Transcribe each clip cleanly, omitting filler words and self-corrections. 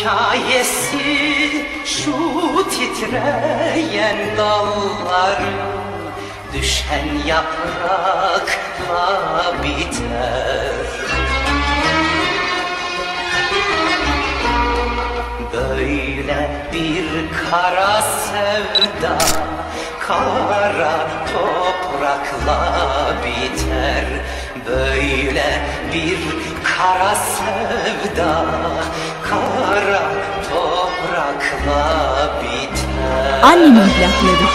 hikayesi şu titreyen dalların, düşen yaprakla biter. Böyle bir kara sevda kara toprakla biter. Böyle bir kara sevda kara toprakla biter. Annemin plakları.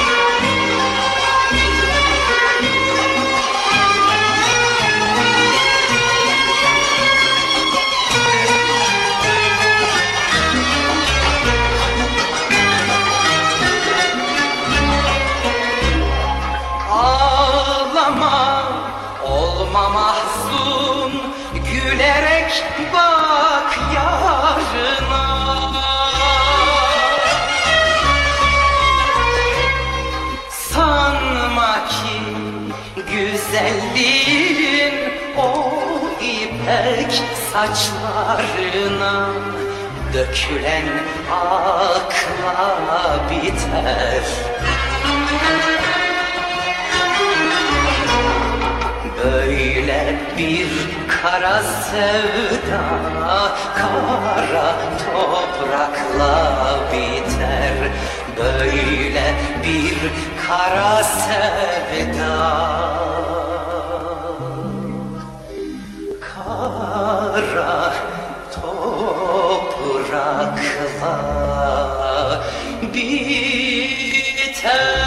Mahzun gülerek bak yarına. Sanma ki güzelliğin o ipek saçlarına dökülen akla biter. Böyle bir kara sevda kara toprakla biter. Böyle bir kara sevda kara toprakla biter.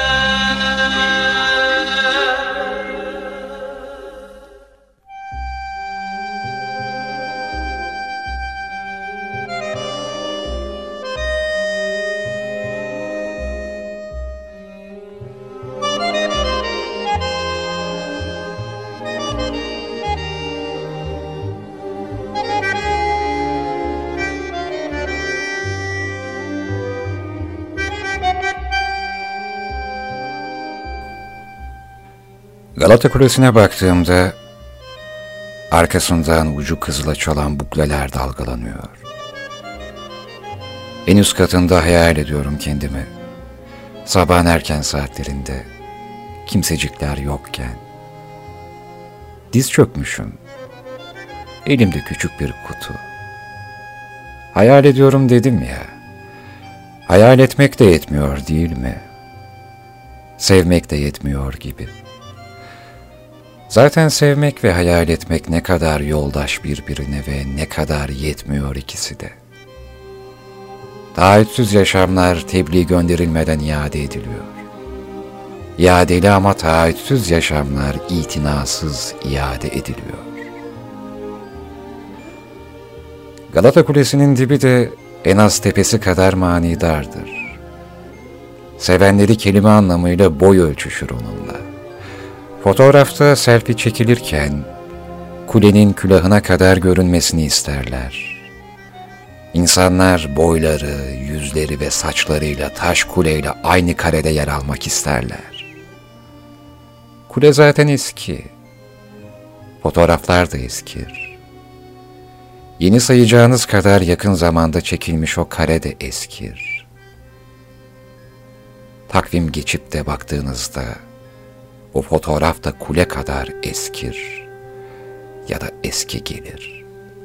Galata Kulesi'ne baktığımda arkasından ucu kızıla çalan bukleler dalgalanıyor. En üst katında hayal ediyorum kendimi. Sabahın erken saatlerinde, kimsecikler yokken. Diz çökmüşüm. Elimde küçük bir kutu. Hayal ediyorum dedim ya. Hayal etmek de yetmiyor değil mi? Sevmek de yetmiyor gibi. Zaten sevmek ve hayal etmek ne kadar yoldaş birbirine ve ne kadar yetmiyor ikisi de. Taahhütsüz yaşamlar tebliğ gönderilmeden iade ediliyor. İadeli ama taahhütsüz yaşamlar itinasız iade ediliyor. Galata Kulesi'nin dibi de en az tepesi kadar manidardır. Sevenleri kelime anlamıyla boy ölçüşür onunla. Fotoğrafta selfie çekilirken kulenin külahına kadar görünmesini isterler. İnsanlar boyları, yüzleri ve saçlarıyla taş kuleyle aynı karede yer almak isterler. Kule zaten eski. Fotoğraflar da eskir. Yeni sayacağınız kadar yakın zamanda çekilmiş o kare de eskir. Takvim geçip de baktığınızda o fotoğraf da kule kadar eskir ya da eski gelir.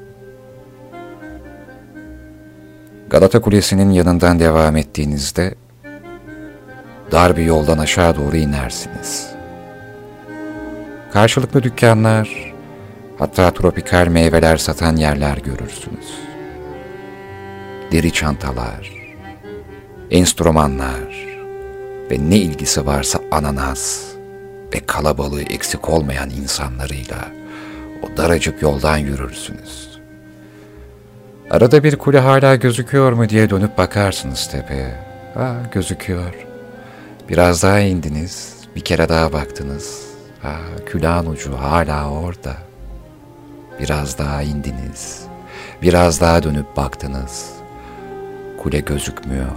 Galata Kulesi'nin yanından devam ettiğinizde dar bir yoldan aşağı doğru inersiniz. Karşılıklı dükkanlar, hatta tropikal meyveler satan yerler görürsünüz. Deri çantalar, enstrümanlar ve ne ilgisi varsa ananas ve kalabalığı eksik olmayan insanlarıyla o daracık yoldan yürürsünüz. Arada bir kule hala gözüküyor mu diye dönüp bakarsınız tepeye. Gözüküyor. Biraz daha indiniz, bir kere daha baktınız. Külahın ucu hala orada. Biraz daha indiniz, biraz daha dönüp baktınız. Kule gözükmüyor.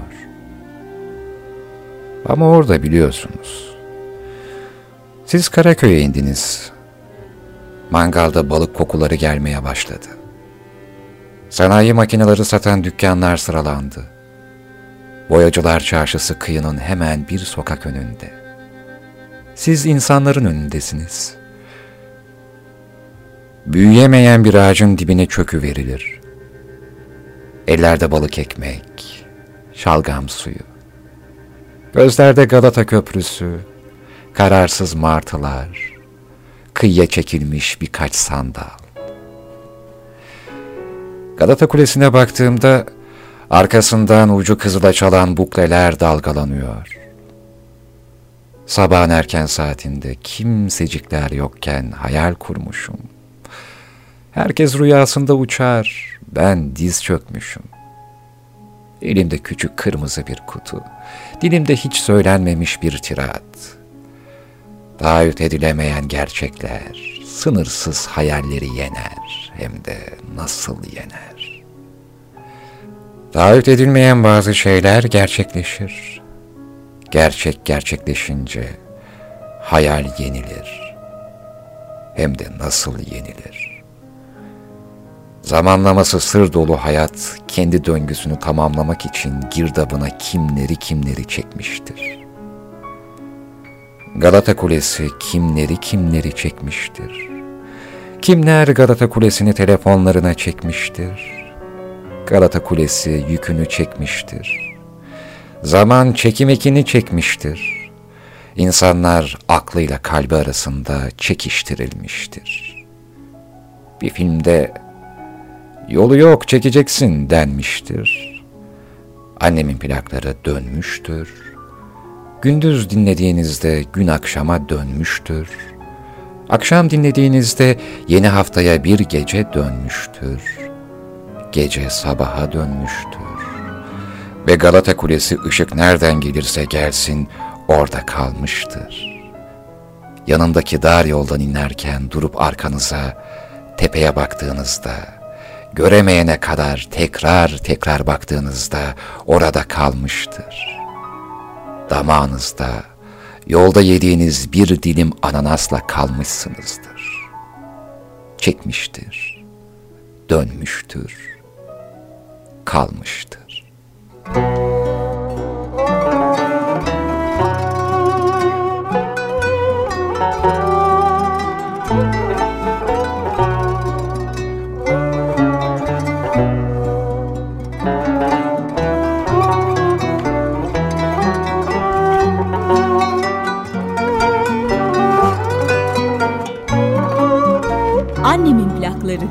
Ama orada biliyorsunuz. Siz Karaköy'e indiniz. Mangalda balık kokuları gelmeye başladı. Sanayi makineleri satan dükkanlar sıralandı. Boyacılar çarşısı kıyının hemen bir sokak önünde. Siz insanların önündesiniz. Büyüyemeyen bir ağacın dibine çöküverilir. Ellerde balık ekmek, şalgam suyu. Gözlerde Galata Köprüsü, kararsız martılar, kıyıya çekilmiş birkaç sandal. Galata Kulesi'ne baktığımda arkasından ucu kızıla çalan bukleler dalgalanıyor. Sabahın erken saatinde kimsecikler yokken hayal kurmuşum. Herkes rüyasında uçar, ben diz çökmüşüm. Elimde küçük kırmızı bir kutu, dilimde hiç söylenmemiş bir tirat. Taahhüt edilemeyen gerçekler, sınırsız hayalleri yener, hem de nasıl yener. Taahhüt edilmeyen bazı şeyler gerçekleşir. Gerçek gerçekleşince hayal yenilir, hem de nasıl yenilir. Zamanlaması sır dolu hayat kendi döngüsünü tamamlamak için girdabına kimleri çekmiştir. Galata Kulesi kimleri çekmiştir. Kimler Galata Kulesi'ni telefonlarına çekmiştir. Galata Kulesi yükünü çekmiştir. Zaman çekim ekini çekmiştir. İnsanlar aklıyla kalbi arasında çekiştirilmiştir. Bir filmde yolu yok çekeceksin denmiştir. Annemin plakları dönmüştür. Gündüz dinlediğinizde gün akşama dönmüştür. Akşam dinlediğinizde yeni haftaya bir gece dönmüştür. Gece sabaha dönmüştür. Ve Galata Kulesi ışık nereden gelirse gelsin orada kalmıştır. Yanındaki dar yoldan inerken durup arkanıza, tepeye baktığınızda, göremeyene kadar tekrar baktığınızda orada kalmıştır. Damağınızda, yolda yediğiniz bir dilim ananasla kalmışsınızdır. Çekmiştir, dönmüştür, kalmıştır. Annemin plakları.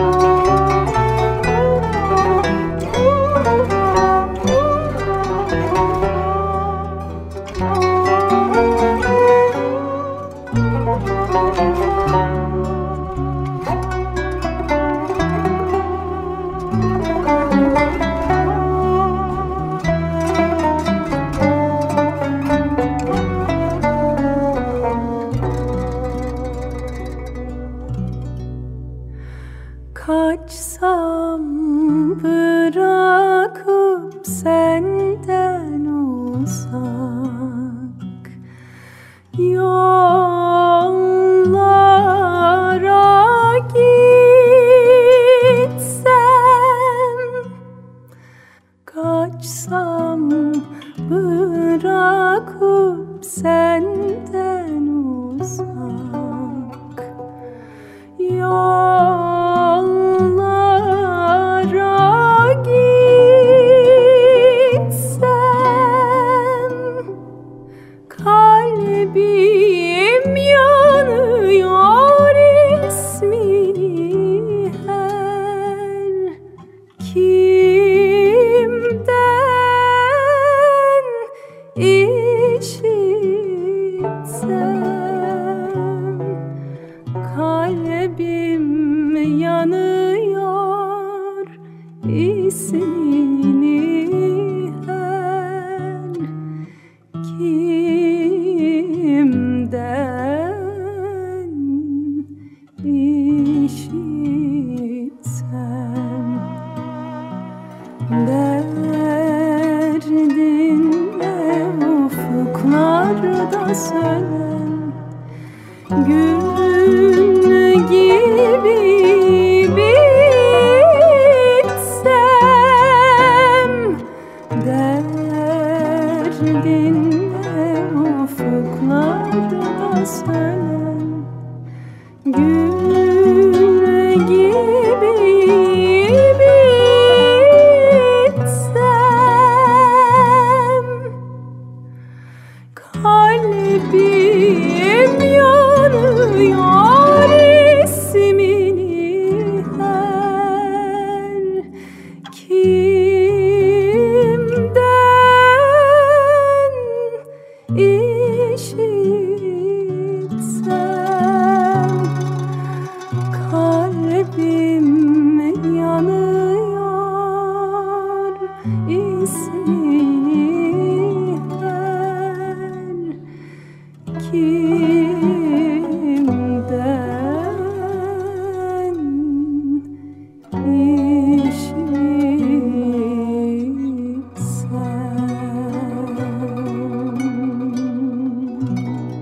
Kaçsam bırakıp senden uzak yollara gitsem, kaçsam bırakıp senden uzak yollara gitsem, kalbim yanıyor ismini her kimden işitsem, kalbim yanıyor ismini her kimden işitsem. Derdinle ufuklarda sönen gün gibi bitsen, içinde ufuklarda sönen gül gibiyim içsem, kalbim yanıyor ismini her kimden işitsem, kalbim yanıyor ismini her kimden işitsem.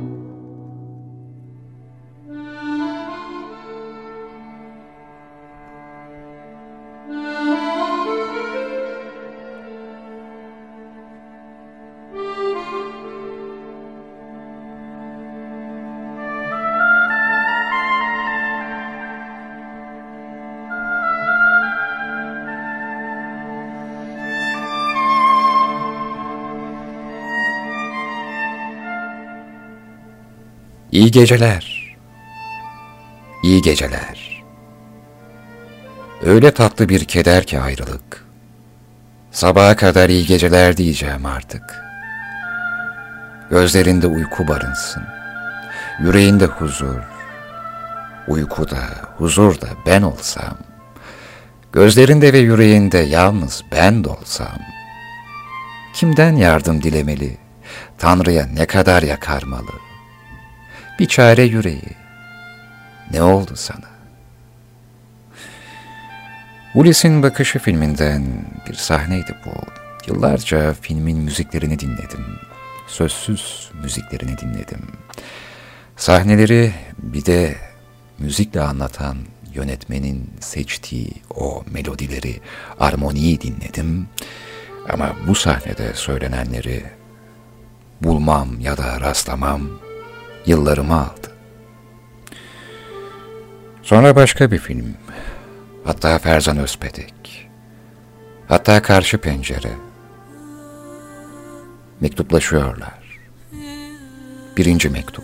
İyi geceler, iyi geceler. Öyle tatlı bir keder ki ayrılık. Sabaha kadar iyi geceler diyeceğim artık. Gözlerinde uyku barınsın, yüreğinde huzur. Uykuda, huzurda ben olsam, gözlerinde ve yüreğinde yalnız ben de olsam, kimden yardım dilemeli, Tanrı'ya ne kadar yakarmalı? Bir çare yüreği, ne oldu sana? Ulysses'in Bakışı filminden bir sahneydi bu. Yıllarca filmin müziklerini dinledim. Sözsüz müziklerini dinledim. Sahneleri bir de müzikle anlatan yönetmenin seçtiği o melodileri, armoniyi dinledim. Ama bu sahnede söylenenleri bulmam ya da rastlamam yıllarımı aldı. Sonra başka bir film, hatta Ferzan Özpetek, hatta Karşı Pencere. Mektuplaşıyorlar. Birinci mektup.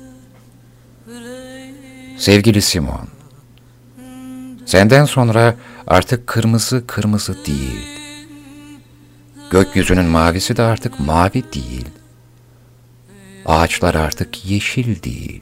Sevgili Simon, senden sonra artık kırmızı kırmızı değil, gökyüzünün mavisi de artık mavi değil, ağaçlar artık yeşil değil.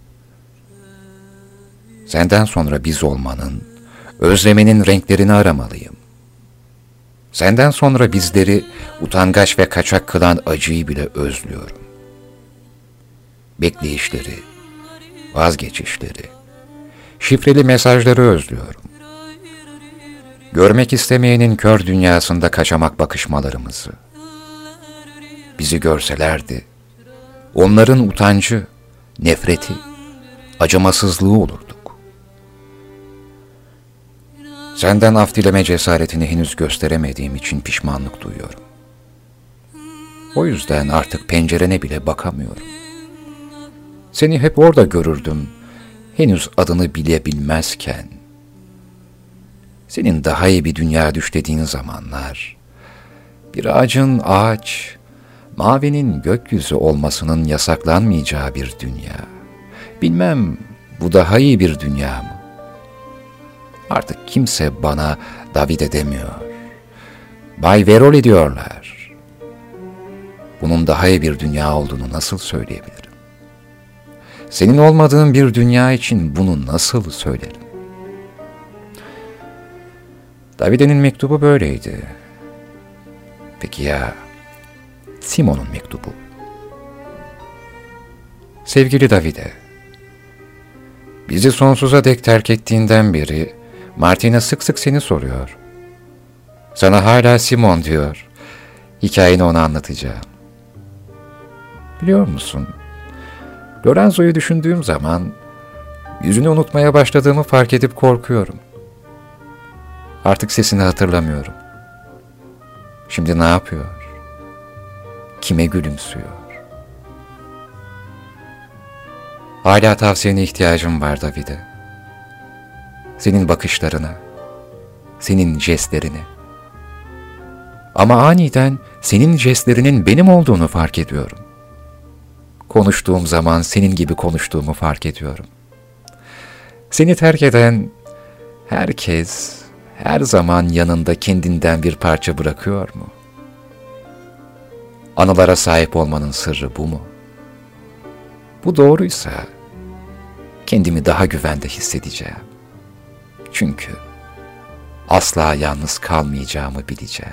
Senden sonra biz olmanın, özlemenin renklerini aramalıyım. Senden sonra bizleri utangaç ve kaçak kılan acıyı bile özlüyorum. Bekleyişleri, vazgeçişleri, şifreli mesajları özlüyorum. Görmek istemeyenin kör dünyasında kaçamak bakışmalarımızı. Bizi görselerdi, onların utancı, nefreti, acımasızlığı olurduk. Senden af dileme cesaretini henüz gösteremediğim için pişmanlık duyuyorum. O yüzden artık pencerene bile bakamıyorum. Seni hep orada görürdüm, henüz adını bile bilmezken. Senin daha iyi bir dünya düşlediğin zamanlar, bir ağacın ağaç, mavinin gökyüzü olmasının yasaklanmayacağı bir dünya. Bilmem bu daha iyi bir dünya mı? Artık kimse bana Davide demiyor. Bay Veroli diyorlar. Bunun daha iyi bir dünya olduğunu nasıl söyleyebilirim? Senin olmadığın bir dünya için bunu nasıl söylerim? Davide'nin mektubu böyleydi. Peki ya Simon'un mektubu? Sevgili Davide, bizi sonsuza dek terk ettiğinden beri Martina sık sık seni soruyor. Sana hala Simon diyor. Hikayeni ona anlatacağım. Biliyor musun? Lorenzo'yu düşündüğüm zaman yüzünü unutmaya başladığımı fark edip korkuyorum. Artık sesini hatırlamıyorum. Şimdi ne yapıyor? kime gülümsüyor? Hala tavsiyene ihtiyacım var Davide. Senin bakışlarına, senin jestlerine. Ama aniden senin jestlerinin benim olduğunu fark ediyorum. Konuştuğum zaman senin gibi konuştuğumu fark ediyorum. Seni terk eden herkes her zaman yanında kendinden bir parça bırakıyor mu? Anılara sahip olmanın sırrı bu mu? Bu doğruysa kendimi daha güvende hissedeceğim. Çünkü asla yalnız kalmayacağımı bileceğim.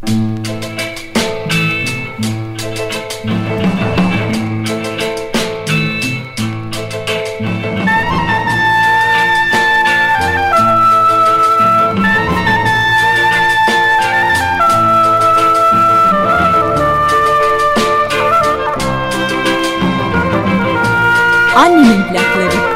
Annemin plakları.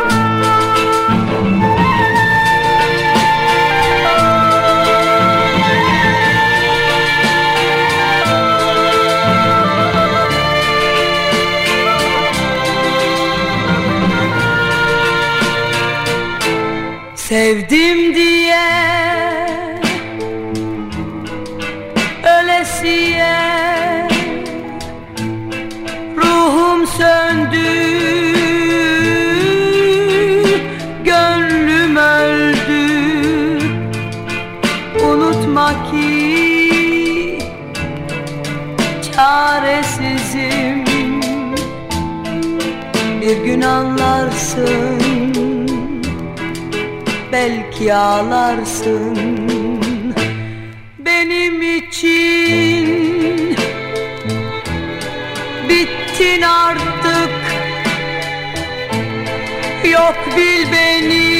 Sevdim diye ölesiye ruhum söndü, gönlüm öldü. Unutma ki çaresizim, bir gün anlarsın, belki ağlarsın. Benim için bittin artık, yok bil beni,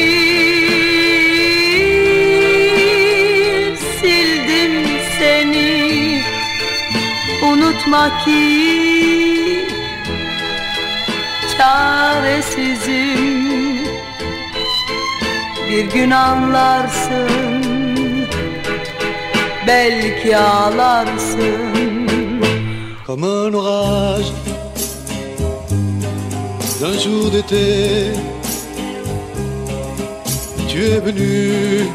sildim seni. Unutma ki çaresizim, bir gün anlarsın, belki ağlarsın. Comme un orage d'un jour d'été, tu es venu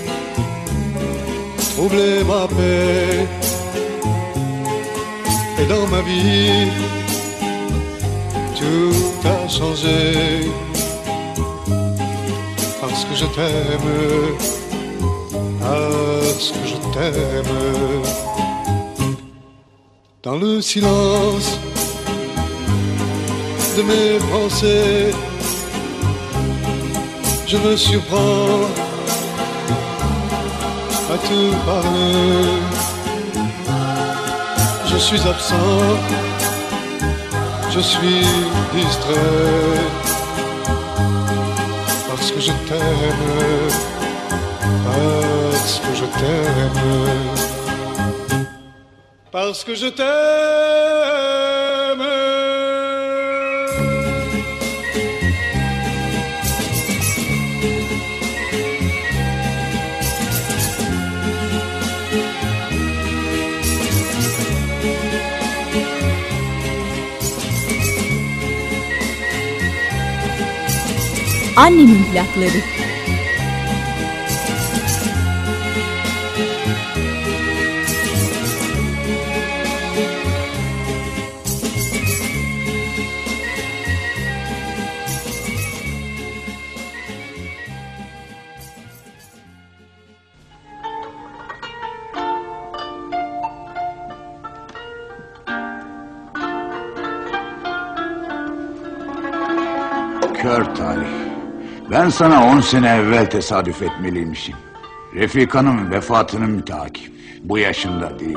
troubler ma paix. Et dans ma vie, tout a changé. Parce que je t'aime, parce que je t'aime. Dans le silence de mes pensées, je me surprends à te parler. Je suis absent, je suis distrait. Parce que je t'aime, parce que je t'aime, parce que je t'aime. Annemin plakları. Kör talih. Ben sana 10 sene evvel tesadüf etmeliymişim. Refika'nın vefatını mütakip. Bu yaşında değil.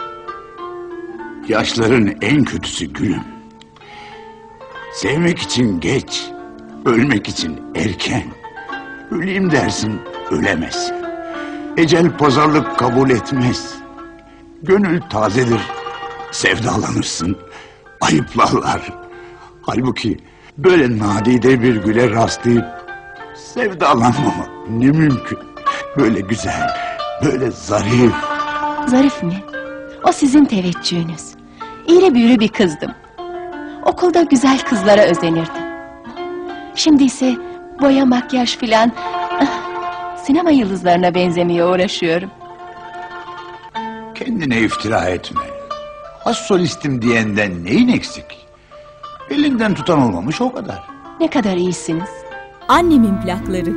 Yaşların en kötüsü gülüm. Sevmek için geç, ölmek için erken. Öleyim dersin, ölemezsin. Ecel pazarlık kabul etmez. Gönül tazedir, sevdalanırsın, ayıplarlar. Halbuki böyle nadide bir güle rastlayıp sevdalanmamak ne mümkün. Böyle güzel, böyle zarif. Zarif mi? O sizin teveccühünüz. İğri büğrü bir kızdım. Okulda güzel kızlara özenirdim. Şimdi ise boya, makyaj filan, sinema yıldızlarına benzemeye uğraşıyorum. Kendine iftira etme. Az solistim diyenden neyin eksik? Elinden tutan olmamış, o kadar. Ne kadar iyisiniz. Annemin plakları.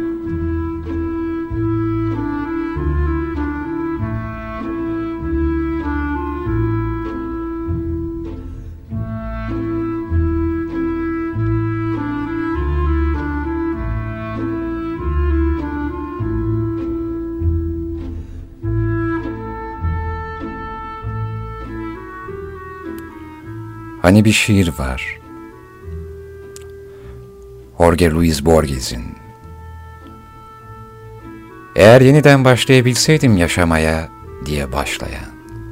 Hani bir şiir var. Jorge Luis Borges'in. Eğer yeniden başlayabilseydim yaşamaya diye başlayan.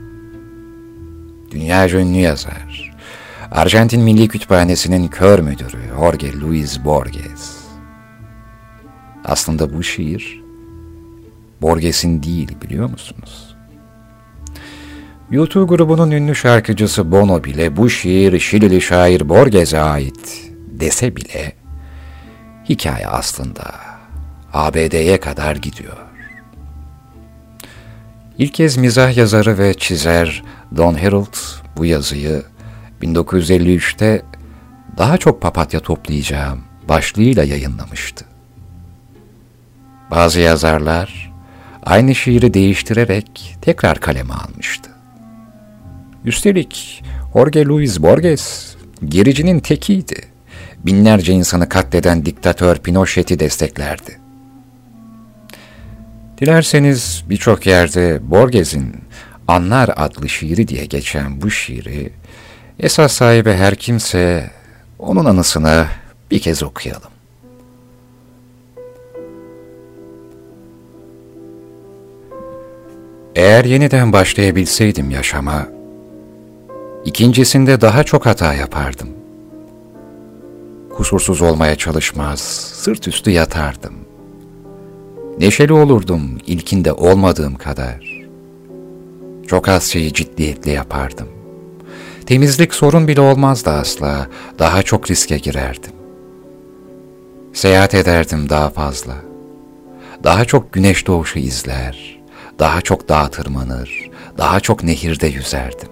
Dünyaca ünlü yazar. Arjantin Milli Kütüphanesi'nin kör müdürü Jorge Luis Borges. Aslında bu şiir Borges'in değil, biliyor musunuz? U2 grubunun ünlü şarkıcısı Bono bile bu şiir Şilili şair Borges'e ait dese bile hikaye aslında ABD'ye kadar gidiyor. İlk kez mizah yazarı ve çizer Don Herold bu yazıyı 1953'te "Daha çok papatya toplayacağım" başlığıyla yayınlamıştı. Bazı yazarlar aynı şiiri değiştirerek tekrar kaleme almıştı. Üstelik Jorge Luis Borges gericinin tekiydi. Binlerce insanı katleden diktatör Pinochet'i desteklerdi. Dilerseniz birçok yerde Borges'in Anlar adlı şiiri diye geçen bu şiiri esas sahibi her kimse onun anısına bir kez okuyalım. Eğer yeniden başlayabilseydim yaşama, İkincisinde daha çok hata yapardım. Kusursuz olmaya çalışmaz, sırt üstü yatardım. Neşeli olurdum ilkinde olmadığım kadar. Çok az şeyi ciddiyetle yapardım. Temizlik sorun bile olmazdı asla, daha çok riske girerdim. Seyahat ederdim daha fazla. Daha çok güneş doğuşu izler, daha çok dağ tırmanır, daha çok nehirde yüzerdim.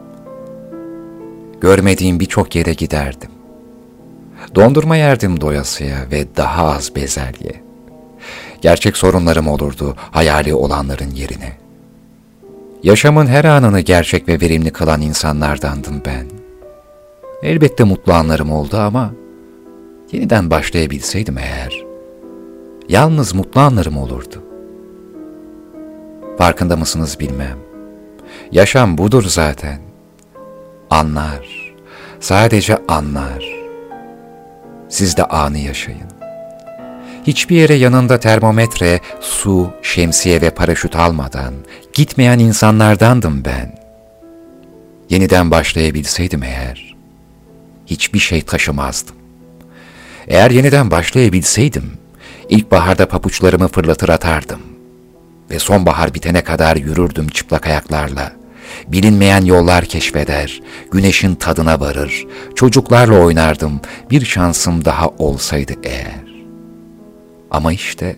Görmediğim birçok yere giderdim. Dondurma yerdim doyasıya ve daha az bezelye. Gerçek sorunlarım olurdu hayali olanların yerine. Yaşamın her anını gerçek ve verimli kılan insanlardandım ben. Elbette mutlu anlarım oldu ama yeniden başlayabilseydim eğer, yalnız mutlu anlarım olurdu. Farkında mısınız bilmem. Yaşam budur zaten. Anlar, sadece anlar. Siz de anı yaşayın. Hiçbir yere yanında termometre, su, şemsiye ve paraşüt almadan gitmeyen insanlardandım ben. Yeniden başlayabilseydim eğer, hiçbir şey taşımazdım. Eğer yeniden başlayabilseydim, ilkbaharda papuçlarımı fırlatır atardım ve sonbahar bitene kadar yürürdüm çıplak ayaklarla. Bilinmeyen yollar keşfeder, güneşin tadına varır, çocuklarla oynardım, bir şansım daha olsaydı eğer. Ama işte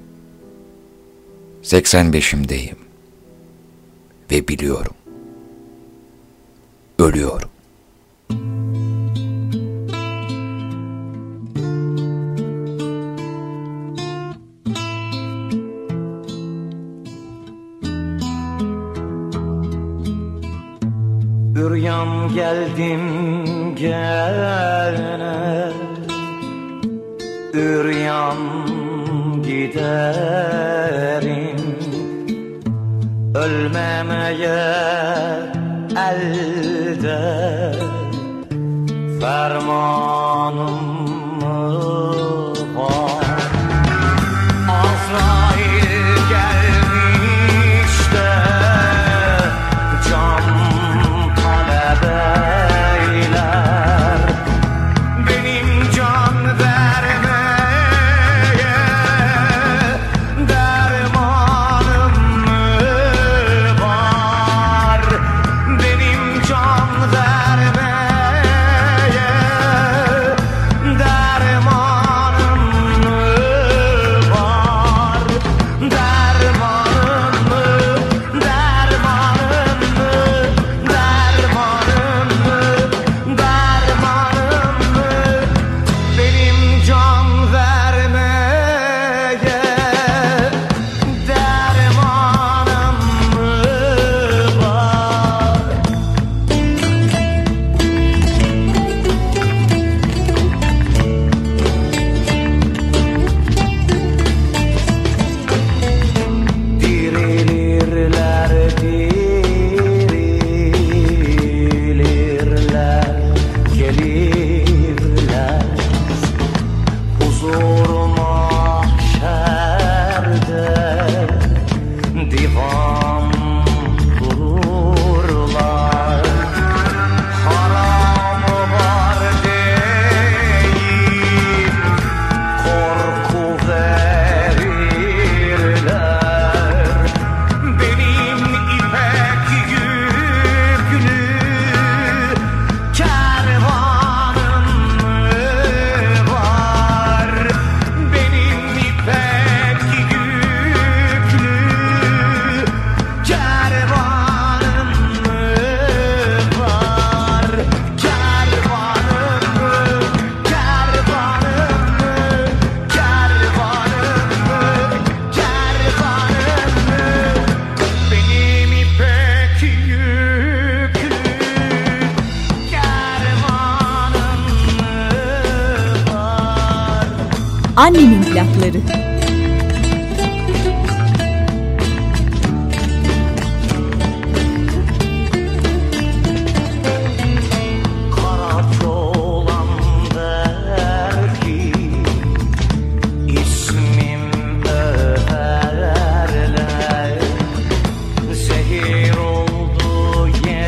85'imdeyim ve biliyorum, ölüyorum. Üryan geldim gene, üryan giderim. Ölmemeye elde fermanım mı var? Azrail gelmiş de can talep eyler. Benim can vermeye dermanım mı var? Benim can vermeye Annemin plakları. Kara çoğlan der ki ismim överler. Zehir oldu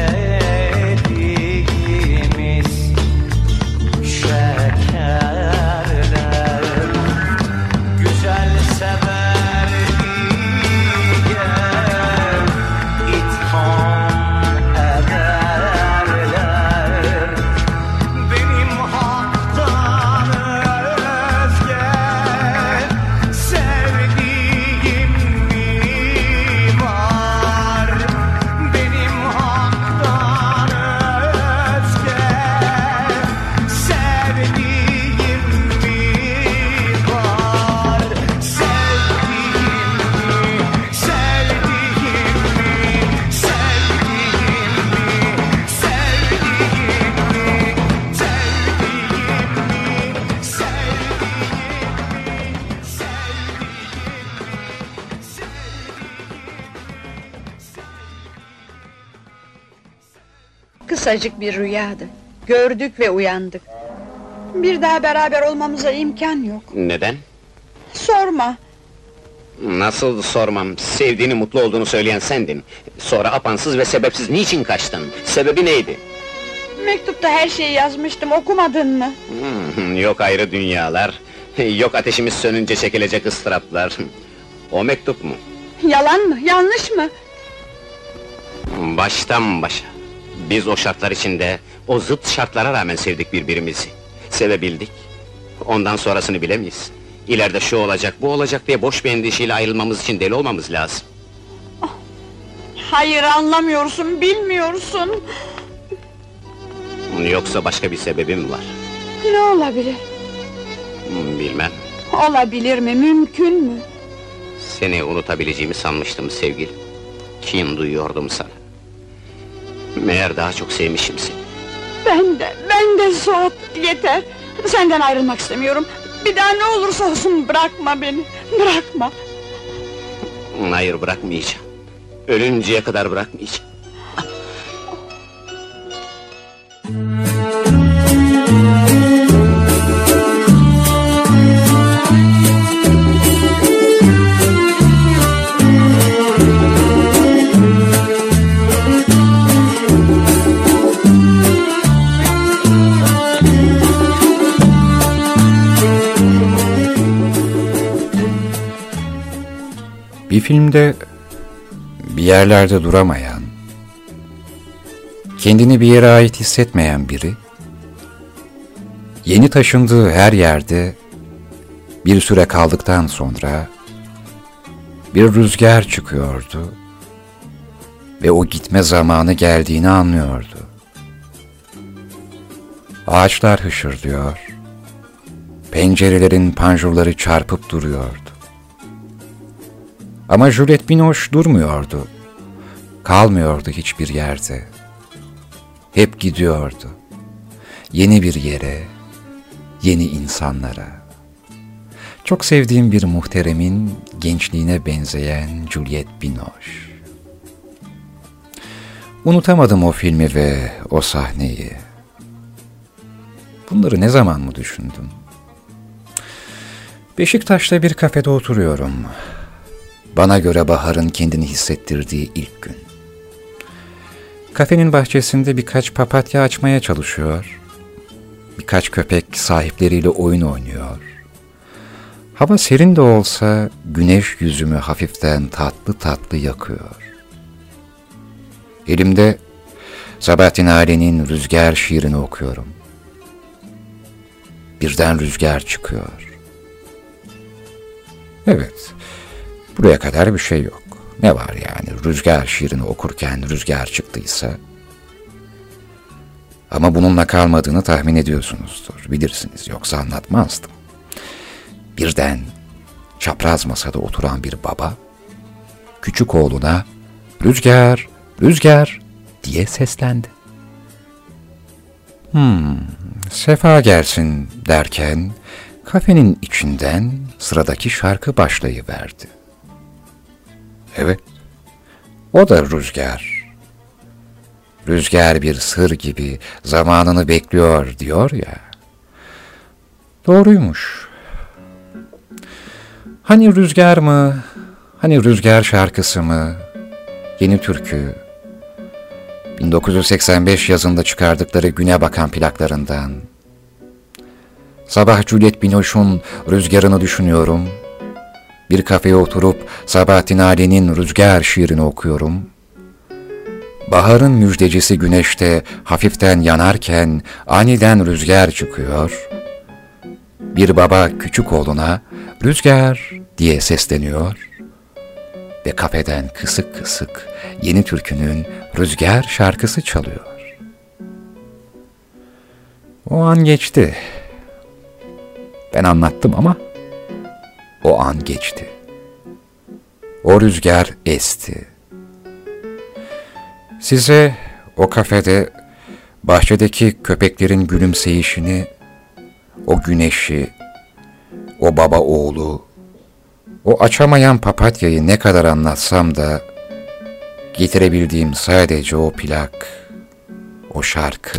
yediğimiz şekerler. Güzel sever diye itham ederler. Benim haktan özge sevdiğim mi var? Benim haktan özge sevdiğim mi var? Sevdiğim mi? Sevdiğim mi? Sevdiğim mi? Sevdiğim Kısacık bir rüyadı. Gördük ve uyandık. Bir daha beraber olmamıza imkan yok. Neden? Sorma. Nasıl sormam? Sevdiğini, mutlu olduğunu söyleyen sendin. Sonra apansız ve sebepsiz niçin kaçtın? Sebebi neydi? Mektupta her şeyi yazmıştım, okumadın mı? Yok ayrı dünyalar, yok ateşimiz sönünce çekilecek ıstıraplar. O mektup mu? Yalan mı, yanlış mı? Baştan başa. Biz o şartlar içinde, o zıt şartlara rağmen sevdik birbirimizi. Sevebildik. Ondan sonrasını bilemeyiz. İleride şu olacak, bu olacak diye boş bir endişeyle ayrılmamız için deli olmamız lazım. Hayır, anlamıyorsun, bilmiyorsun. Yoksa başka bir sebebim var. Ne olabilir? Bilmem. Olabilir mi, mümkün mü? Seni unutabileceğimi sanmıştım sevgilim. Kin duyuyordum sana. Meğer daha çok sevmişim seni. Ben de Suat, yeter. Senden ayrılmak istemiyorum. Bir daha ne olursa olsun bırakma beni, bırakma. Hayır, bırakmayacağım. Ölünceye kadar bırakmayacağım. Bir filmde bir yerlerde duramayan, kendini bir yere ait hissetmeyen biri, yeni taşındığı her yerde bir süre kaldıktan sonra bir rüzgar çıkıyordu ve o gitme zamanı geldiğini anlıyordu. Ağaçlar hışırdıyor, pencerelerin panjurları çarpıp duruyordu. Ama Juliette Binoche durmuyordu, kalmıyordu hiçbir yerde. Hep gidiyordu, yeni bir yere, yeni insanlara. Çok sevdiğim bir muhteremin gençliğine benzeyen Juliette Binoche. Unutamadım o filmi ve o sahneyi. Bunları ne zaman mı düşündüm? Beşiktaş'ta bir kafede oturuyorum. Bana göre baharın kendini hissettirdiği ilk gün. Kafenin bahçesinde birkaç papatya açmaya çalışıyor. Birkaç köpek sahipleriyle oyun oynuyor. Hava serin de olsa güneş yüzümü hafiften tatlı tatlı yakıyor. Elimde Sabahattin Ali'nin Rüzgar şiirini okuyorum. Birden rüzgar çıkıyor. Evet, buraya kadar bir şey yok. Ne var yani, Rüzgar şiirini okurken rüzgar çıktıysa? Ama bununla kalmadığını tahmin ediyorsunuzdur, bilirsiniz, yoksa anlatmazdım. Birden çapraz masada oturan bir baba, küçük oğluna "Rüzgar, Rüzgar" diye seslendi. Sefa gelsin derken kafenin içinden sıradaki şarkı başlayıverdi. Evet, o da rüzgar. Rüzgar bir sır gibi zamanını bekliyor diyor ya. Doğruymuş. Hani rüzgar mı? Hani rüzgar şarkısı mı? Yeni türkü. 1985 yazında çıkardıkları Güne Bakan plaklarından. Sabah Juliet Binoche'un Rüzgarını düşünüyorum. Bir kafeye oturup Sabahattin Ali'nin Rüzgar şiirini okuyorum. Baharın müjdecisi güneşte hafiften yanarken aniden rüzgar çıkıyor. Bir baba küçük oğluna Rüzgar diye sesleniyor. Ve kafeden kısık kısık Yeni Türkü'nün Rüzgar şarkısı çalıyor. O an geçti. Ben anlattım ama o an geçti. O rüzgar esti. Size o kafede bahçedeki köpeklerin gülümseyişini, o güneşi, o baba oğlu, o açamayan papatyayı ne kadar anlatsam da getirebildiğim sadece o plak, o şarkı.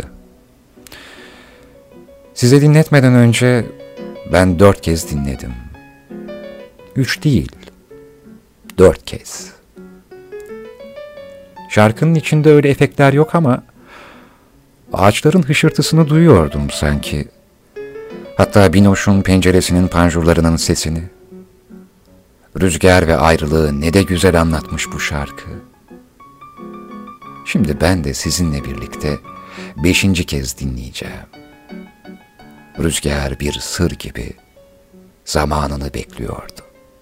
Size dinletmeden önce ben 4 kez dinledim. 3 değil, 4 kez. Şarkının içinde öyle efektler yok ama ağaçların hışırtısını duyuyordum sanki. Hatta Binoche'un penceresinin panjurlarının sesini. Rüzgar ve ayrılığı ne de güzel anlatmış bu şarkı. Şimdi ben de sizinle birlikte 5. kez dinleyeceğim. Rüzgar bir sır gibi zamanını bekliyordu.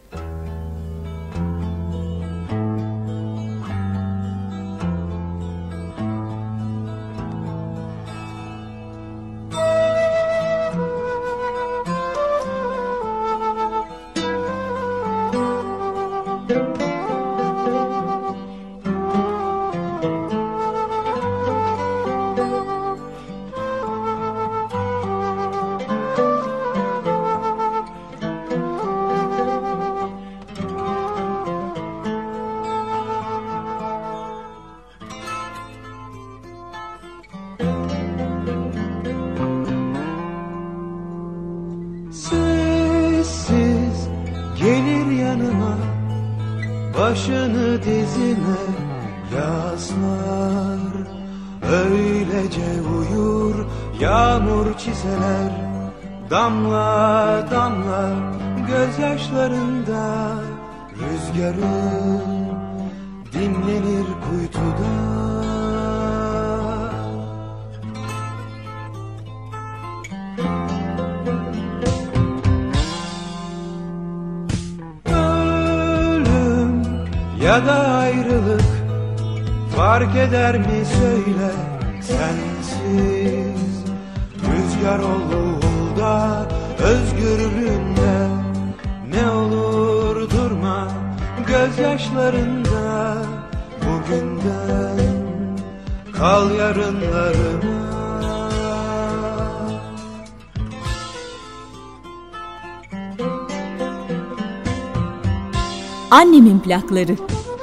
Sessiz gelir yanıma, başını dizime yaslar. Öylece uyur, yağmur çizeler, damla damla gözyaşlarında. Rüzgarın dinlenir kuytuda. Ya da ayrılık fark eder mi söyle sensiz. Rüzgar ol da özgürlüğünde, ne olur durma gözyaşlarında. Bugünden kal yarınlarıma. Annemin plakları.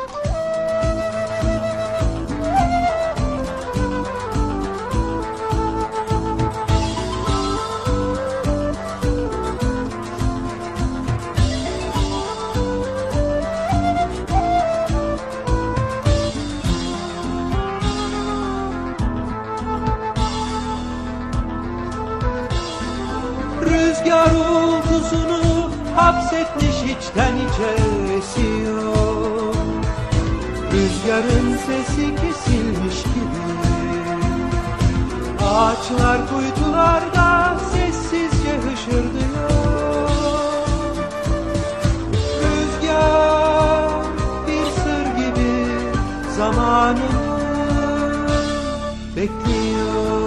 Rüzgar uğultusunu hapsetmiş içten içe esiyor. Rüzgarın sesi kesilmiş gibi. Ağaçlar kuytularda sessizce hışırdıyor. Rüzgar bir sır gibi zamanını bekliyor.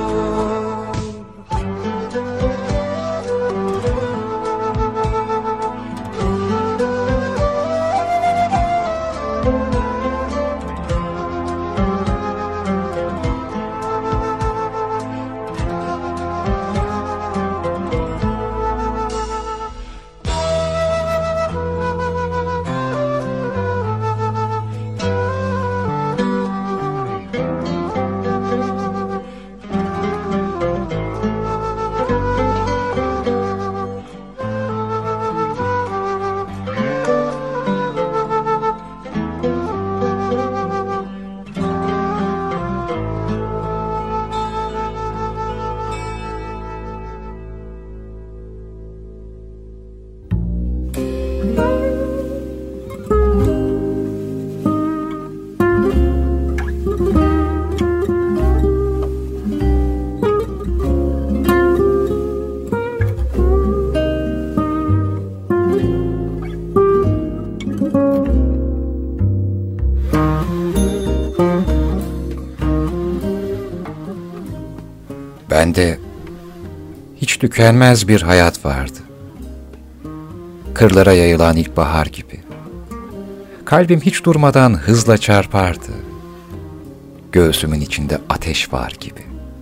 Bende hiç tükenmez bir hayat vardı. Kırlara yayılan ilkbahar gibi. Kalbim hiç durmadan hızla çarpardı. Göğsümün içinde ateş var gibi.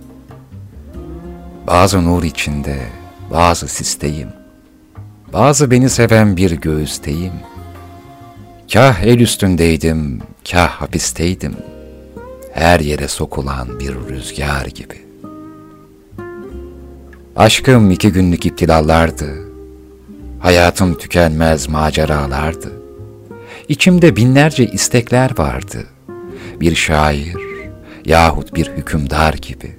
Bazı nur içinde, bazı sisteyim. Bazı beni seven bir göğüsteyim. Kah el üstündeydim, kah hapisteydim. Her yere sokulan bir rüzgar gibi. Aşkım 2 günlük iptilallardı. Hayatım tükenmez maceralardı. İçimde binlerce istekler vardı. Bir şair yahut bir hükümdar gibi.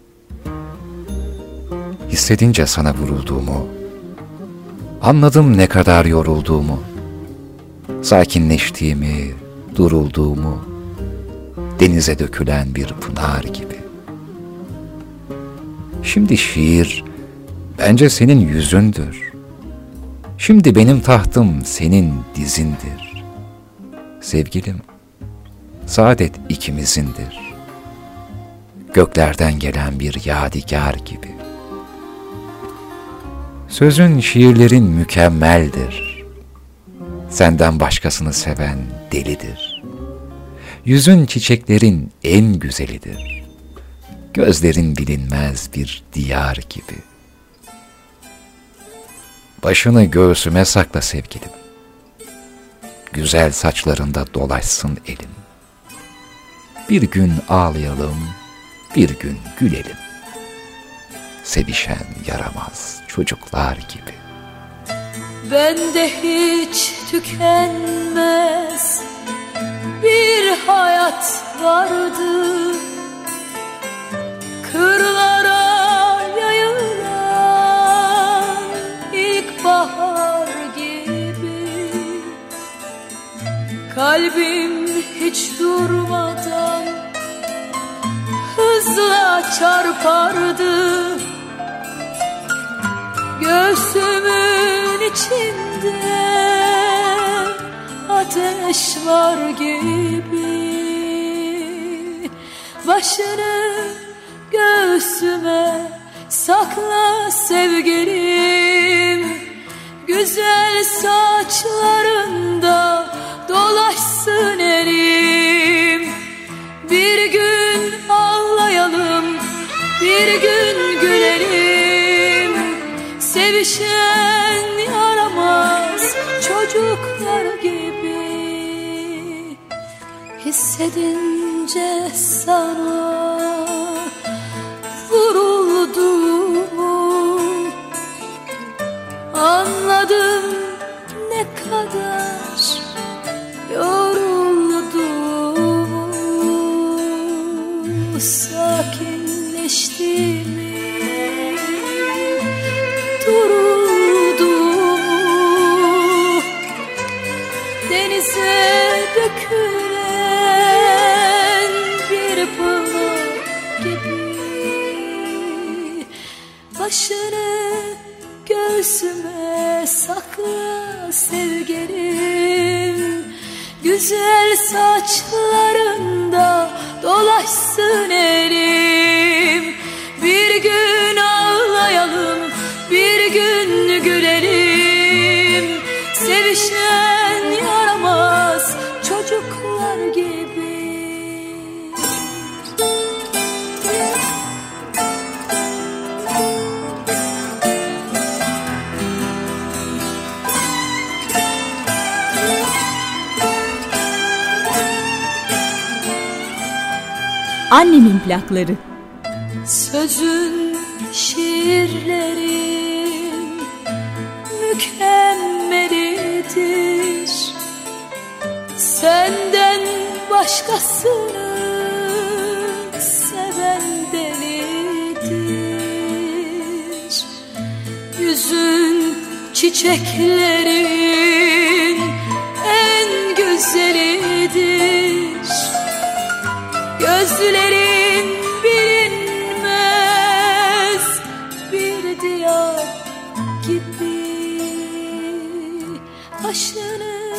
Hissedince sana vurulduğumu, anladım ne kadar yorulduğumu, sakinleştiğimi, durulduğumu, denize dökülen bir pınar gibi. Şimdi şiir bence senin yüzündür. Şimdi benim tahtım senin dizindir. Sevgilim, saadet ikimizindir. Göklerden gelen bir yadigar gibi. Sözün, şiirlerin mükemmeldir. Senden başkasını seven delidir. Yüzün çiçeklerin en güzelidir. Gözlerin bilinmez bir diyar gibi. Başını göğsüme sakla sevgilim. Güzel saçlarında dolaşsın elim. Bir gün ağlayalım, bir gün gülelim. Sevişen yaramaz çocuklar gibi. Bende hiç tükenmez bir hayat vardı. Kırlara yayılan ilkbahar gibi. Kalbim hiç durmadan hızla çarpardı. Göğsümün içinde ateş var gibi. Başını göğsüme sakla sevgilim. Güzel saçlarında dolaşsın elim. Bir gün ağlayalım, bir gün gülelim. Sevişen yaramaz çocuklar gibi. Hissedince sana vurulduğumu anladım, ne kadar yorulduğumu. Sakinleştiğimi, durulduğumu, denize dökülen bir pınar gibi. Başını göğsüme sakla sevgilim. Güzel saçlarında dolaşsın elim. Bir gün ağlayalım, bir gün gülelim. Sevişen yaramaz çocuklar gibi. Annemin plakları. Sözün, şiirlerin mükemmelidir. Senden başkasını seven delidir. Yüzün çiçeklerin en güzelidir. Gözlerin bilinmez bir diyar gibi. Başını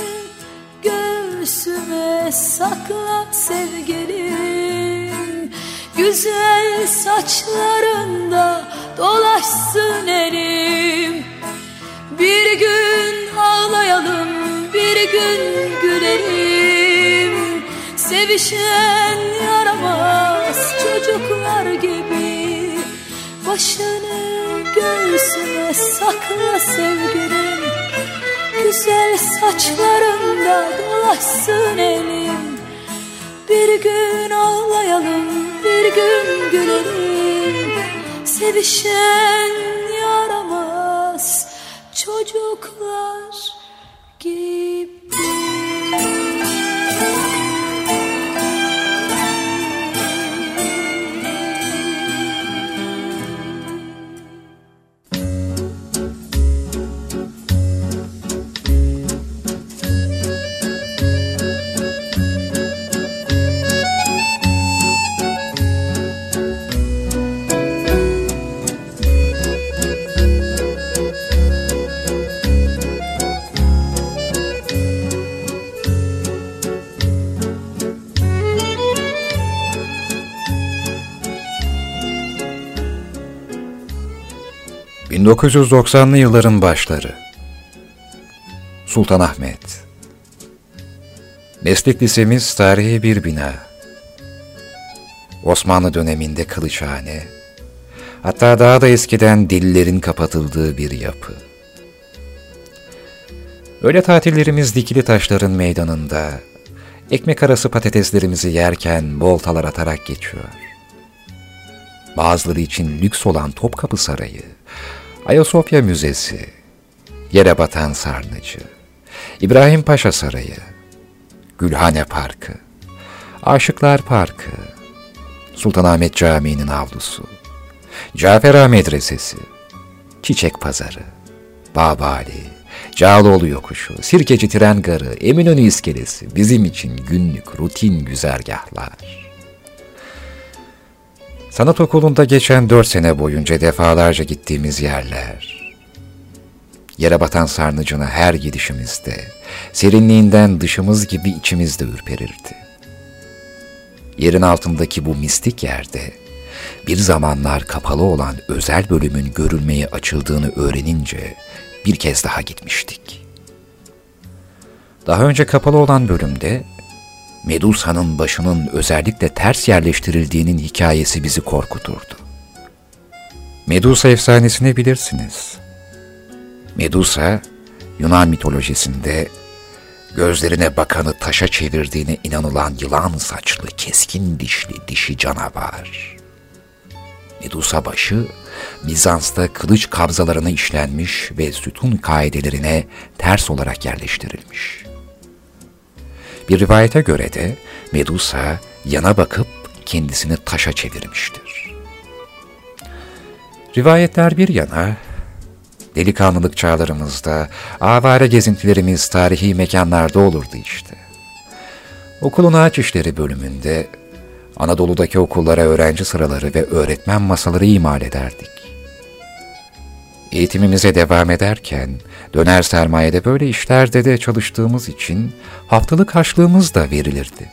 göğsüme sakla sevgilim. Güzel saçlarında dolaşsın elim. Bir gün ağlayalım, bir gün gülelim. Sevişen yaramaz çocuklar gibi. Başını göğsüme sakla sevgilim. Güzel saçlarında dolaşsın elim. Bir gün ağlayalım, bir gün gülelim. Sevişen yaramaz çocuklar gibi. 1990'lı yılların başları. Sultanahmet. Meslek lisemiz tarihi bir bina. Osmanlı döneminde kılıçhane, hatta daha da eskiden delilerin kapatıldığı bir yapı. Öğle tatillerimiz dikili taşların meydanında, ekmek arası patateslerimizi yerken voltalar atarak geçiyor. Bazıları için lüks olan Topkapı Sarayı, Ayasofya Müzesi, Yere Batan Sarnıcı, İbrahim Paşa Sarayı, Gülhane Parkı, Aşıklar Parkı, Sultanahmet Camii'nin avlusu, Cafera Medresesi, Çiçek Pazarı, Babali, Cağaloğlu Yokuşu, Sirkeci Tren Garı, Eminönü İskelesi bizim için günlük, rutin güzergahlar. Sanat okulunda geçen 4 sene boyunca defalarca gittiğimiz yerler. Yere Batan Sarnıcı'na her gidişimizde, serinliğinden dışımız gibi içimizde ürperirdi. Yerin altındaki bu mistik yerde, bir zamanlar kapalı olan özel bölümün görülmeye açıldığını öğrenince bir kez daha gitmiştik. Daha önce kapalı olan bölümde, Medusa'nın başının özellikle ters yerleştirildiğinin hikayesi bizi korkuturdu. Medusa efsanesini bilirsiniz. Medusa, Yunan mitolojisinde gözlerine bakanı taşa çevirdiğine inanılan yılan saçlı, keskin dişli dişi canavar. Medusa başı, Bizans'ta kılıç kabzalarına işlenmiş ve sütun kaidelerine ters olarak yerleştirilmiş. Bir rivayete göre de Medusa yana bakıp kendisini taşa çevirmiştir. Rivayetler bir yana, delikanlılık çağlarımızda avare gezintilerimiz tarihi mekanlarda olurdu işte. Okulun ağaç işleri bölümünde Anadolu'daki okullara öğrenci sıraları ve öğretmen masaları imal ederdik. Eğitimimize devam ederken döner sermayede böyle işlerde de çalıştığımız için haftalık harçlığımız da verilirdi.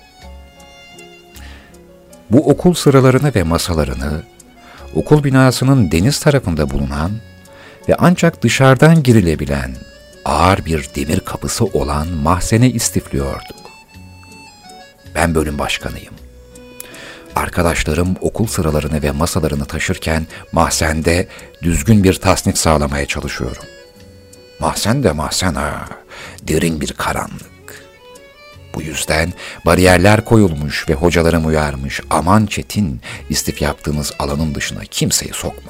Bu okul sıralarını ve masalarını okul binasının deniz tarafında bulunan ve ancak dışarıdan girilebilen ağır bir demir kapısı olan mahzene istifliyorduk. Ben bölüm başkanıyım. Arkadaşlarım okul sıralarını ve masalarını taşırken mahzende düzgün bir tasnif sağlamaya çalışıyorum. Mahzen de mahzen ha, derin bir karanlık. Bu yüzden bariyerler koyulmuş ve hocalarım uyarmış, aman Çetin, istif yaptığınız alanın dışına kimseyi sokma.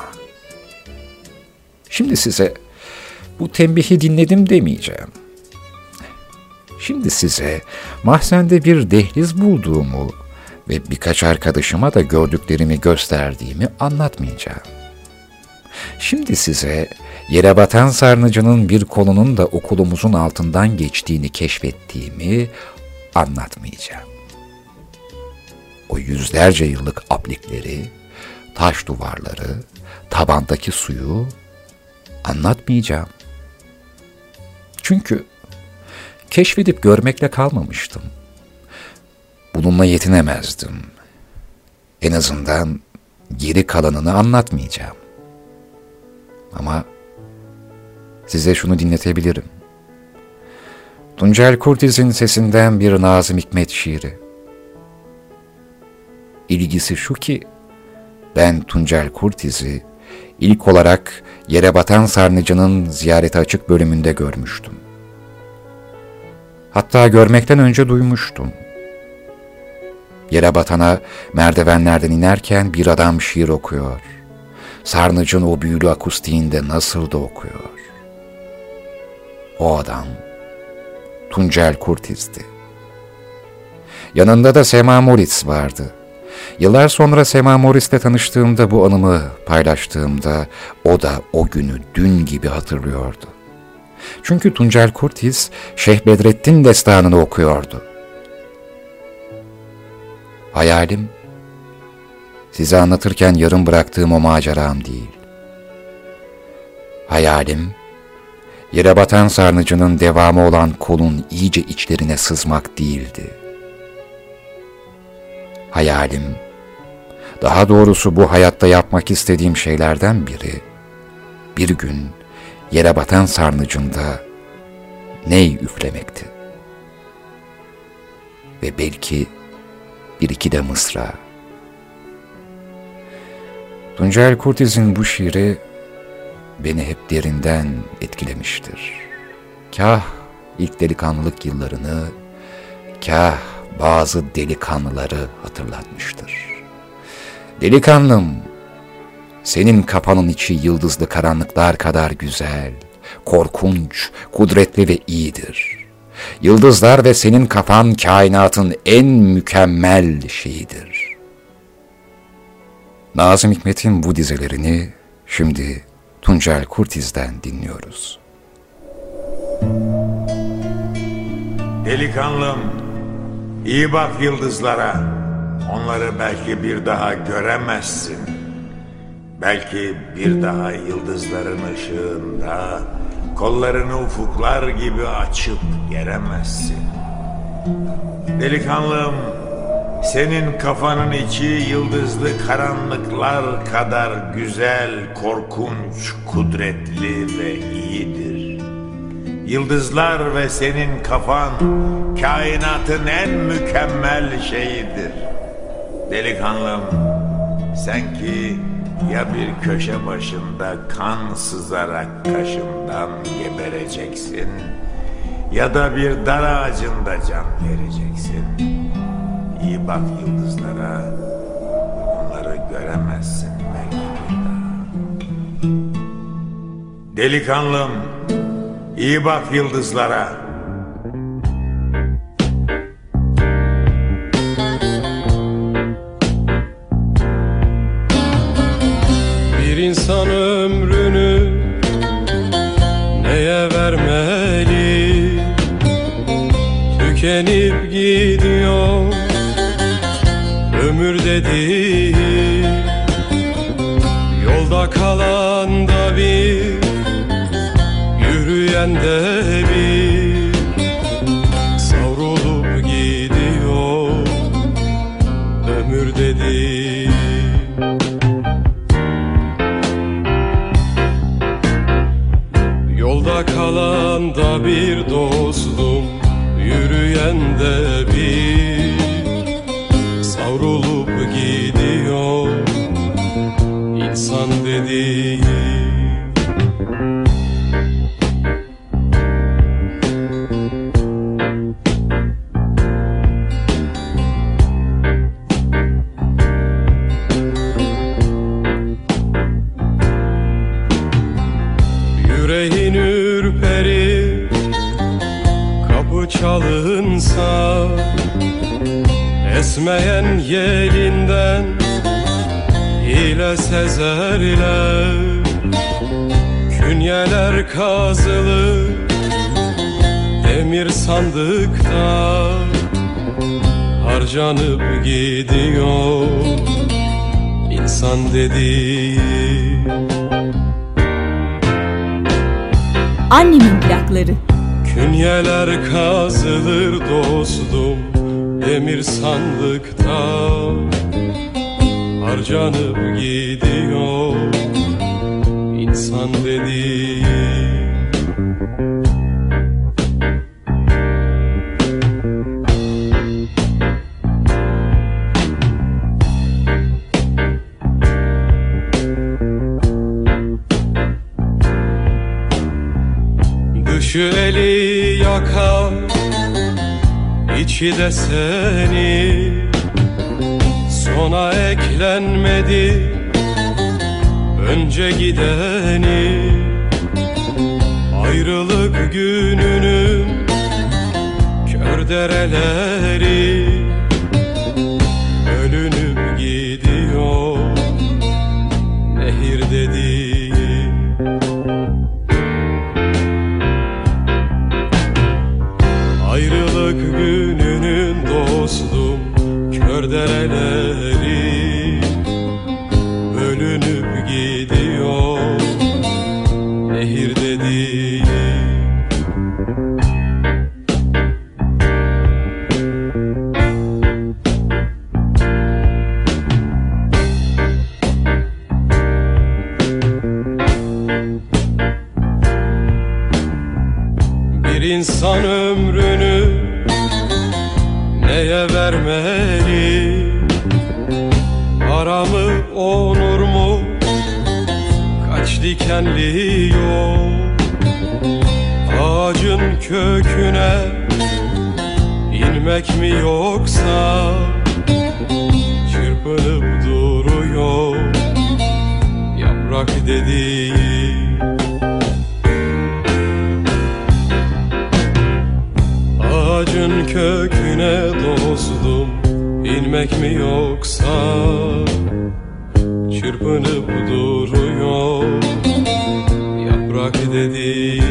Şimdi size bu tembihi dinledim demeyeceğim. Şimdi size mahzende bir dehliz bulduğumu ve birkaç arkadaşıma da gördüklerimi gösterdiğimi anlatmayacağım. Şimdi size yere batan sarnıcının bir kolunun da okulumuzun altından geçtiğini keşfettiğimi anlatmayacağım. O yüzlerce yıllık aplikleri, taş duvarları, tabandaki suyu anlatmayacağım. Çünkü keşfedip görmekle kalmamıştım. Bununla yetinemezdim. En azından geri kalanını anlatmayacağım. Ama size şunu dinletebilirim. Tuncel Kurtiz'in sesinden bir Nazım Hikmet şiiri. İlgisi şu ki, ben Tuncel Kurtiz'i ilk olarak Yere Batan Sarnıcı'nın Ziyarete Açık bölümünde görmüştüm. Hatta görmekten önce duymuştum. Yere batana merdivenlerden inerken bir adam şiir okuyor. Sarnıcın o büyülü akustiğinde nasıl da okuyor. O adam Tuncel Kurtiz'di. Yanında da Sema Moritz vardı. Yıllar sonra Sema Moritz'le tanıştığımda, bu anımı paylaştığımda o da o günü dün gibi hatırlıyordu. Çünkü Tuncel Kurtiz Şeyh Bedrettin destanını okuyordu. Hayalim, size anlatırken yarım bıraktığım o maceram değil. Hayalim, yere batan sarnıcının devamı olan kolun iyice içlerine sızmak değildi. Hayalim, daha doğrusu bu hayatta yapmak istediğim şeylerden biri, bir gün yere batan sarnıcında ney üflemekti. Ve belki bir iki de mısra. Tuncel Kurtiz'in bu şiiri beni hep derinden etkilemiştir. Kah ilk delikanlılık yıllarını, kah bazı delikanlıları hatırlatmıştır. Delikanlım, senin kafanın içi yıldızlı karanlıklar kadar güzel, korkunç, kudretli ve iyidir. Yıldızlar ve senin kafan kainatın en mükemmel şeyidir. Nazım Hikmet'in bu dizelerini şimdi Tuncel Kurtiz'den dinliyoruz. Delikanlım, iyi bak yıldızlara. Onları belki bir daha göremezsin. Belki bir daha yıldızların ışığında kollarını ufuklar gibi açıp geremezsin. Delikanlım, senin kafanın içi yıldızlı karanlıklar kadar güzel, korkunç, kudretli ve iyidir. Yıldızlar ve senin kafan kainatın en mükemmel şeyidir. Delikanlım, sen ki ya bir köşe başında kan sızarak kaşından gebereceksin, ya da bir dar ağacında can vereceksin. İyi bak yıldızlara, onları göremezsin belki bir daha. Delikanlım, iyi bak yıldızlara. Bir insan ömrünü neye vermeli? Tükenip gidiyor ömür dediği. Yolda kalan da bir, yürüyen de bir, savrulup gidiyor ömür dediği. Yolda kalan da bir dostum, yürüyen de bir, savrulup gidiyor insan dediği. Yüreğin ürperir, kapı çalınsa, esmeyen yelinden hile sezerler. Künye Künyeler kazılı demir sandıkta harcanıp gidiyor insan dediği. Annemin plakları. Künyeler kazılır dostum demir sandıkta harcanıp gidiyor insan dediği. Dışı eli yakar, içi de seni. Sona eklenmedi önce gideni. Ayrılık gününün kör dereleri bölünüp gidiyor nehir dediği. Ayrılık gününün dostum kör dereleri bölünüp gidiyor nehir dediği. Bir insan ömrünü neye vermeli? Para mı, onur mu, kaç dikenli yol? Ağacın köküne inmek mi yoksa çırpınıp duruyor yaprak dediği. Ağacın köküne dostum inmek mi yoksa çırpınıp duruyor yaprak dediği.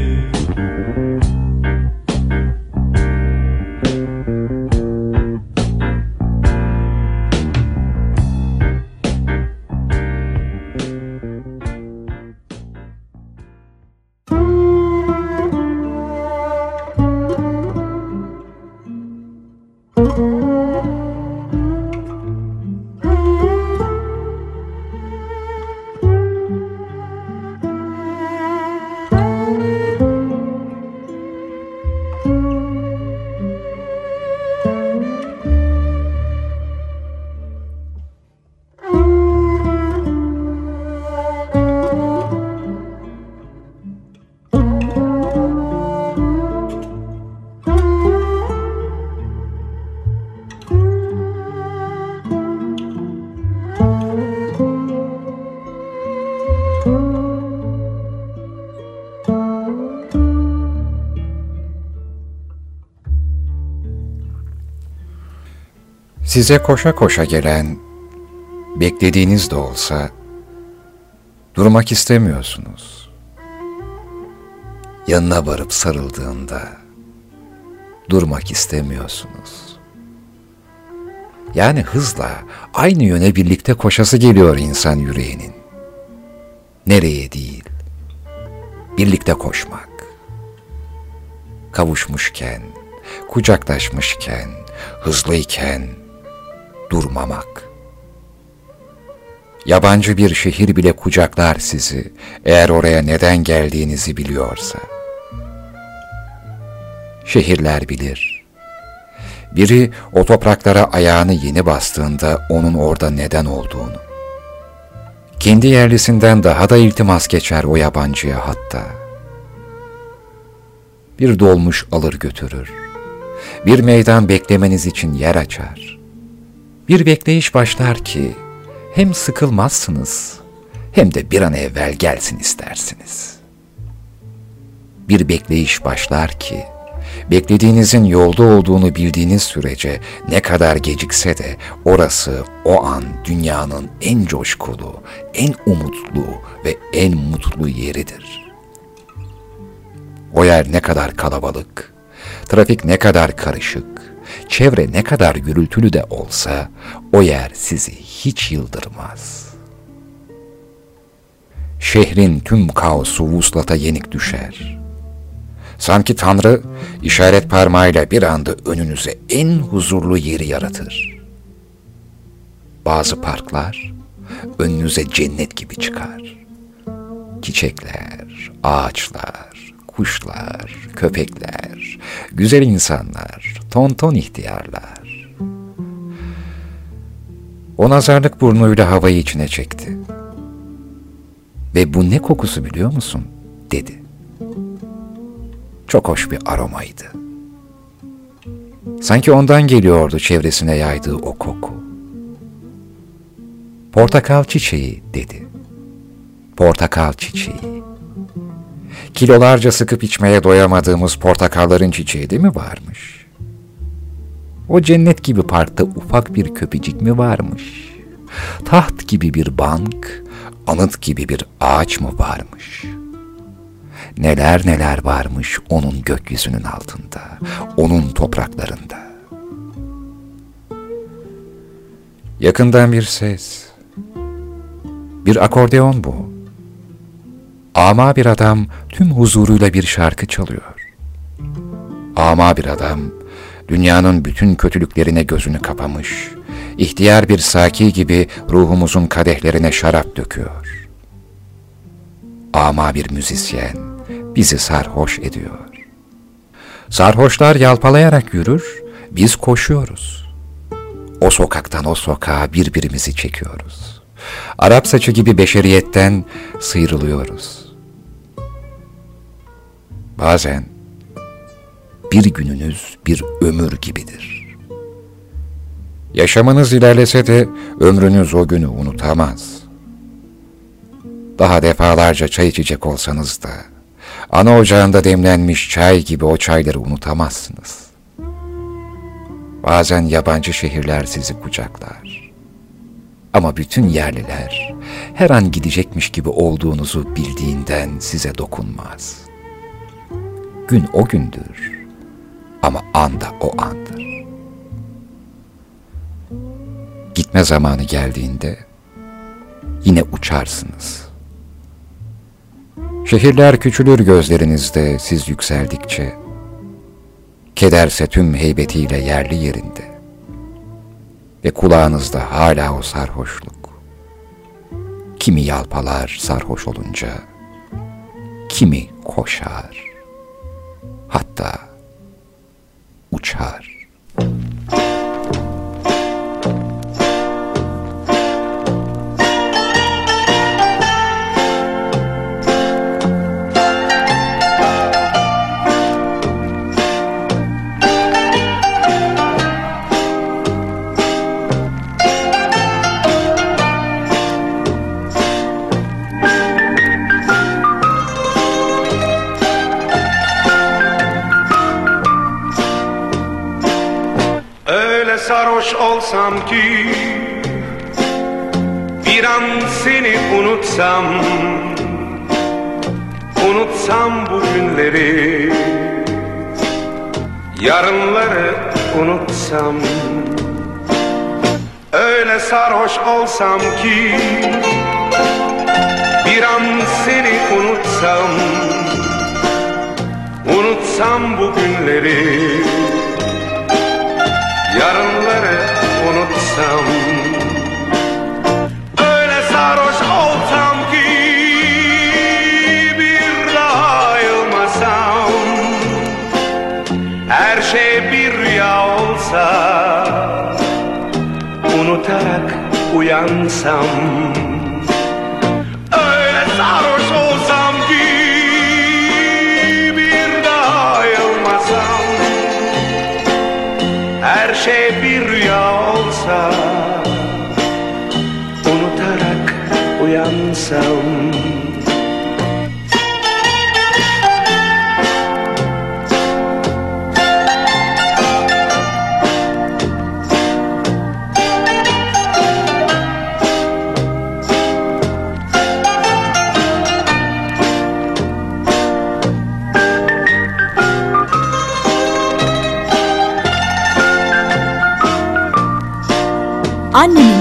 Size koşa koşa gelen, beklediğiniz de olsa durmak istemiyorsunuz. Yanına varıp sarıldığında durmak istemiyorsunuz. Yani hızla aynı yöne birlikte koşası geliyor insan yüreğinin. Nereye değil, birlikte koşmak. Kavuşmuşken, kucaklaşmışken, hızlıyken durmamak. Yabancı bir şehir bile kucaklar sizi, eğer oraya neden geldiğinizi biliyorsa. Şehirler bilir. Biri o topraklara ayağını yeni bastığında onun orada neden olduğunu. Kendi yerlisinden daha da iltimas geçer o yabancıya hatta. Bir dolmuş alır götürür. Bir meydan beklemeniz için yer açar. Bir bekleyiş başlar ki hem sıkılmazsınız hem de bir an evvel gelsin istersiniz. Bir bekleyiş başlar ki beklediğinizin yolda olduğunu bildiğiniz sürece ne kadar gecikse de orası o an dünyanın en coşkulu, en umutlu ve en mutlu yeridir. O yer ne kadar kalabalık, trafik ne kadar karışık, çevre ne kadar gürültülü de olsa o yer sizi hiç yıldırmaz. Şehrin tüm kaosu vuslata yenik düşer. Sanki Tanrı işaret parmağıyla bir anda önünüze en huzurlu yeri yaratır. Bazı parklar önünüze cennet gibi çıkar. Çiçekler, ağaçlar, kuşlar, köpekler, güzel insanlar, tonton ihtiyarlar. O nazarlık burnuyla havayı içine çekti. Ve bu ne kokusu biliyor musun? Dedi. Çok hoş bir aromaydı. Sanki ondan geliyordu çevresine yaydığı o koku. Portakal çiçeği dedi. Portakal çiçeği. Kilolarca sıkıp içmeye doyamadığımız portakalların çiçeği de mi varmış? O cennet gibi parkta ufak bir köpecik mi varmış? Taht gibi bir bank, anıt gibi bir ağaç mı varmış? Neler neler varmış onun gökyüzünün altında, onun topraklarında. Yakından bir ses. Bir akordeon bu. Ama bir adam tüm huzuruyla bir şarkı çalıyor. Ama bir adam dünyanın bütün kötülüklerine gözünü kapamış, ihtiyar bir saki gibi ruhumuzun kadehlerine şarap döküyor. Ama bir müzisyen bizi sarhoş ediyor. Sarhoşlar yalpalayarak yürür, biz koşuyoruz. O sokaktan o sokağa birbirimizi çekiyoruz. Arap saçı gibi beşeriyetten sıyrılıyoruz. Bazen bir gününüz bir ömür gibidir. Yaşamınız ilerlese de ömrünüz o günü unutamaz. Daha defalarca çay içecek olsanız da ana ocağında demlenmiş çay gibi o çayları unutamazsınız. Bazen yabancı şehirler sizi kucaklar. Ama bütün yerliler her an gidecekmiş gibi olduğunuzu bildiğinden size dokunmaz. Gün o gündür ama an da o andır. Gitme zamanı geldiğinde yine uçarsınız. Şehirler küçülür gözlerinizde siz yükseldikçe. Kederse tüm heybetiyle yerli yerinde. Ve kulağınızda hala o sarhoşluk. Kimi yalpalar sarhoş olunca, kimi koşar, hatta uçar. Sarhoş olsam ki bir an seni unutsam, unutsam bu günleri, yarınları unutsam. Öyle sarhoş olsam ki bir an seni unutsam, unutsam bu günleri, yarınları unutsam. Öyle sarhoş olsam ki bir daha ayılmasam, her şey bir rüya olsa, unutarak uyansam. Öyle sarhoş olsam ki bir daha ayılmasam, her şey bir rüya olsa, unutarak uyansam.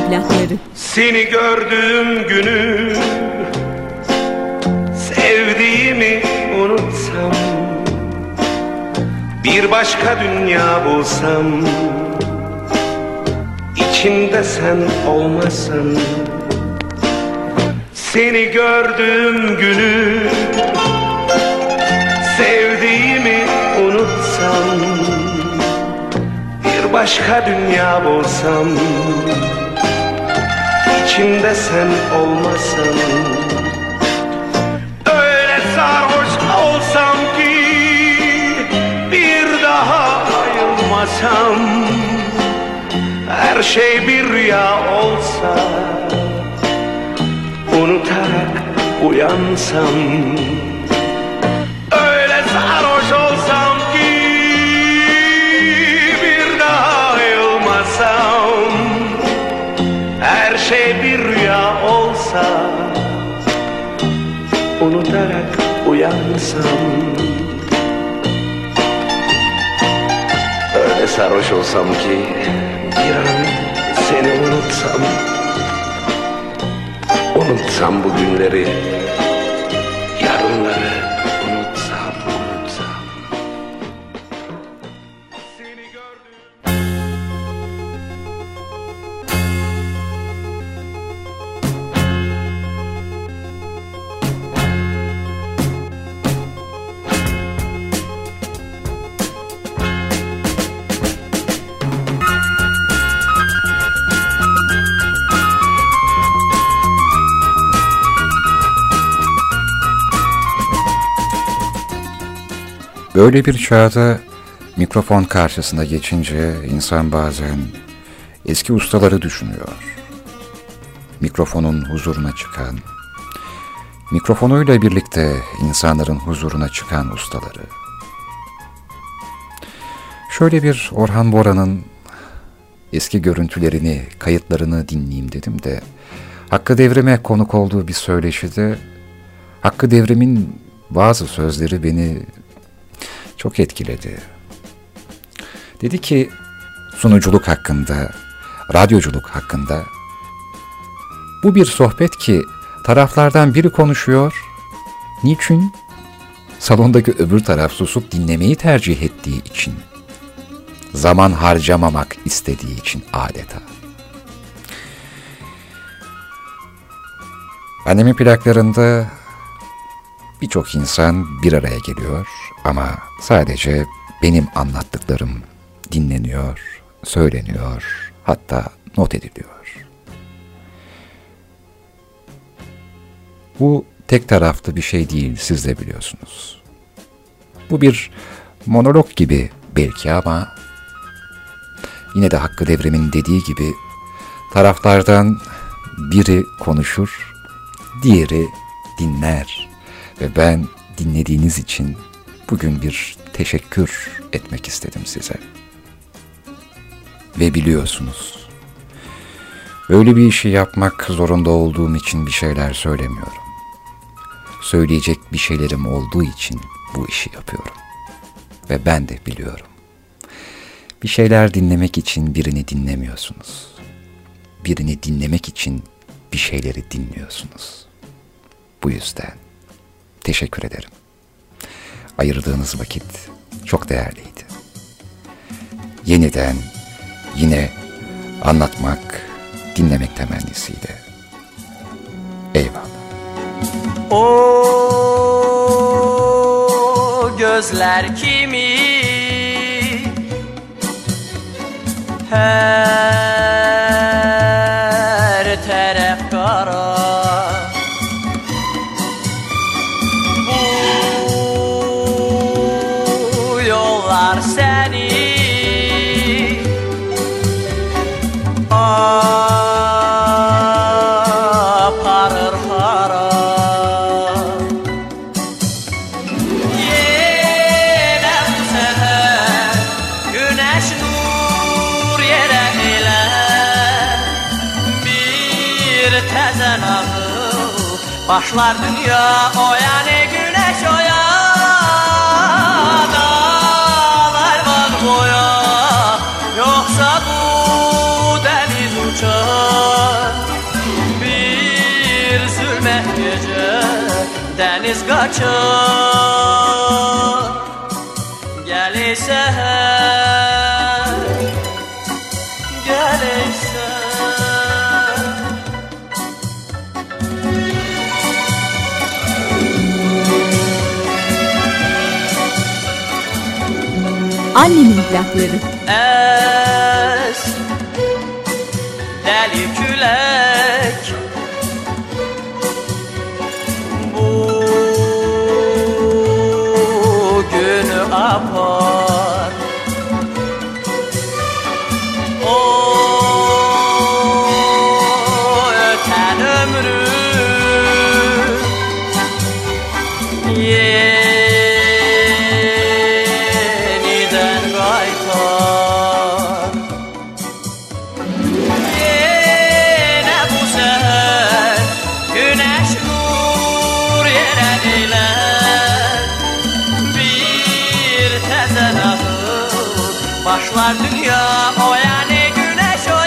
plakları. Seni gördüğüm günü sevdiğimi unutsam, bir başka dünya bulsam, içinde sen olmasan. Seni gördüğüm günü sevdiğimi unutsam, bir başka dünya bulsam, içinde sen olmasan. Öyle sarhoş olsam ki bir daha ayılmasam, her şey bir rüya olsa, unutarak uyansam. Öyle sarhoş olsam ki bir daha ayılmasam, her şey bir rüya olsa, unutarak uyansam. Öyle sarhoş olsam ki bir an seni unutsam, unutsam bu günleri, yarınları unutsam. Seni gördüm. Böyle bir çağda mikrofon karşısında geçince insan bazen eski ustaları düşünüyor. Mikrofonun huzuruna çıkan, mikrofonuyla birlikte insanların huzuruna çıkan ustaları. Şöyle bir Orhan Boran'ın eski görüntülerini, kayıtlarını dinleyeyim dedim de, Hakkı Devrim'e konuk olduğu bir söyleşide Hakkı Devrim'in bazı sözleri beni çok etkiledi. Dedi ki, sunuculuk hakkında, radyoculuk hakkında, bu bir sohbet ki taraflardan biri konuşuyor. Niçin? Salondaki öbür taraf susup dinlemeyi tercih ettiği için. Zaman harcamamak istediği için adeta. Annemin plaklarında birçok insan bir araya geliyor ama sadece benim anlattıklarım dinleniyor, söyleniyor, hatta not ediliyor. Bu tek taraflı bir şey değil, siz de biliyorsunuz. Bu bir monolog gibi belki ama yine de Hakkı Devrim'in dediği gibi taraflardan biri konuşur, diğeri dinler ve ben dinlediğiniz için bugün bir teşekkür etmek istedim size. Ve biliyorsunuz, öyle bir işi yapmak zorunda olduğum için bir şeyler söylemiyorum. Söyleyecek bir şeylerim olduğu için bu işi yapıyorum. Ve ben de biliyorum. Bir şeyler dinlemek için birini dinlemiyorsunuz. Birini dinlemek için bir şeyleri dinliyorsunuz. Bu yüzden teşekkür ederim. Ayırdığınız vakit çok değerliydi. Yeniden, yine anlatmak, dinlemek temennisiyle. Eyvallah. O gözler kimi her taraf kara, bu yollar seni aparır hara. Yine bu sefer güneş nur yere ile bir tezen ağır başlar dünya oya, ne güneş oya, dağlar var boya, yoksa bu deniz uçar. deniz kaçar. Geleysen, geleysen. Annemin plakları. Es deli külek, bugünü apar. O öten ömrü yeniden kaytar. Yine bu seher güneş nur yere eyler. Bir tezen ahır başlar dünya o yani güneş o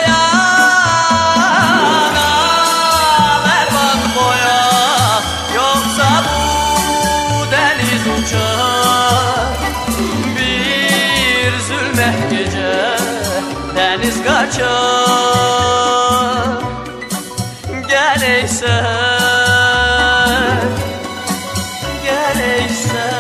yana. Berbat boya yoksa bu deniz uçar. Bir zulmet gece deniz kaçar. Geleysen, geleysen.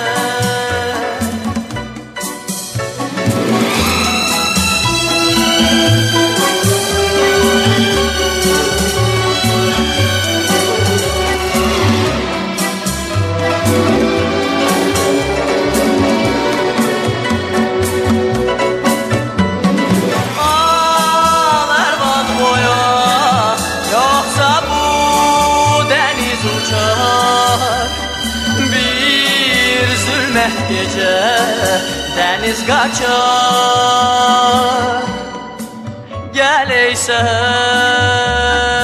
Berbat boya yoksa bu deniz uçar. Bir zulmet gece deniz kaçar. Geleysen,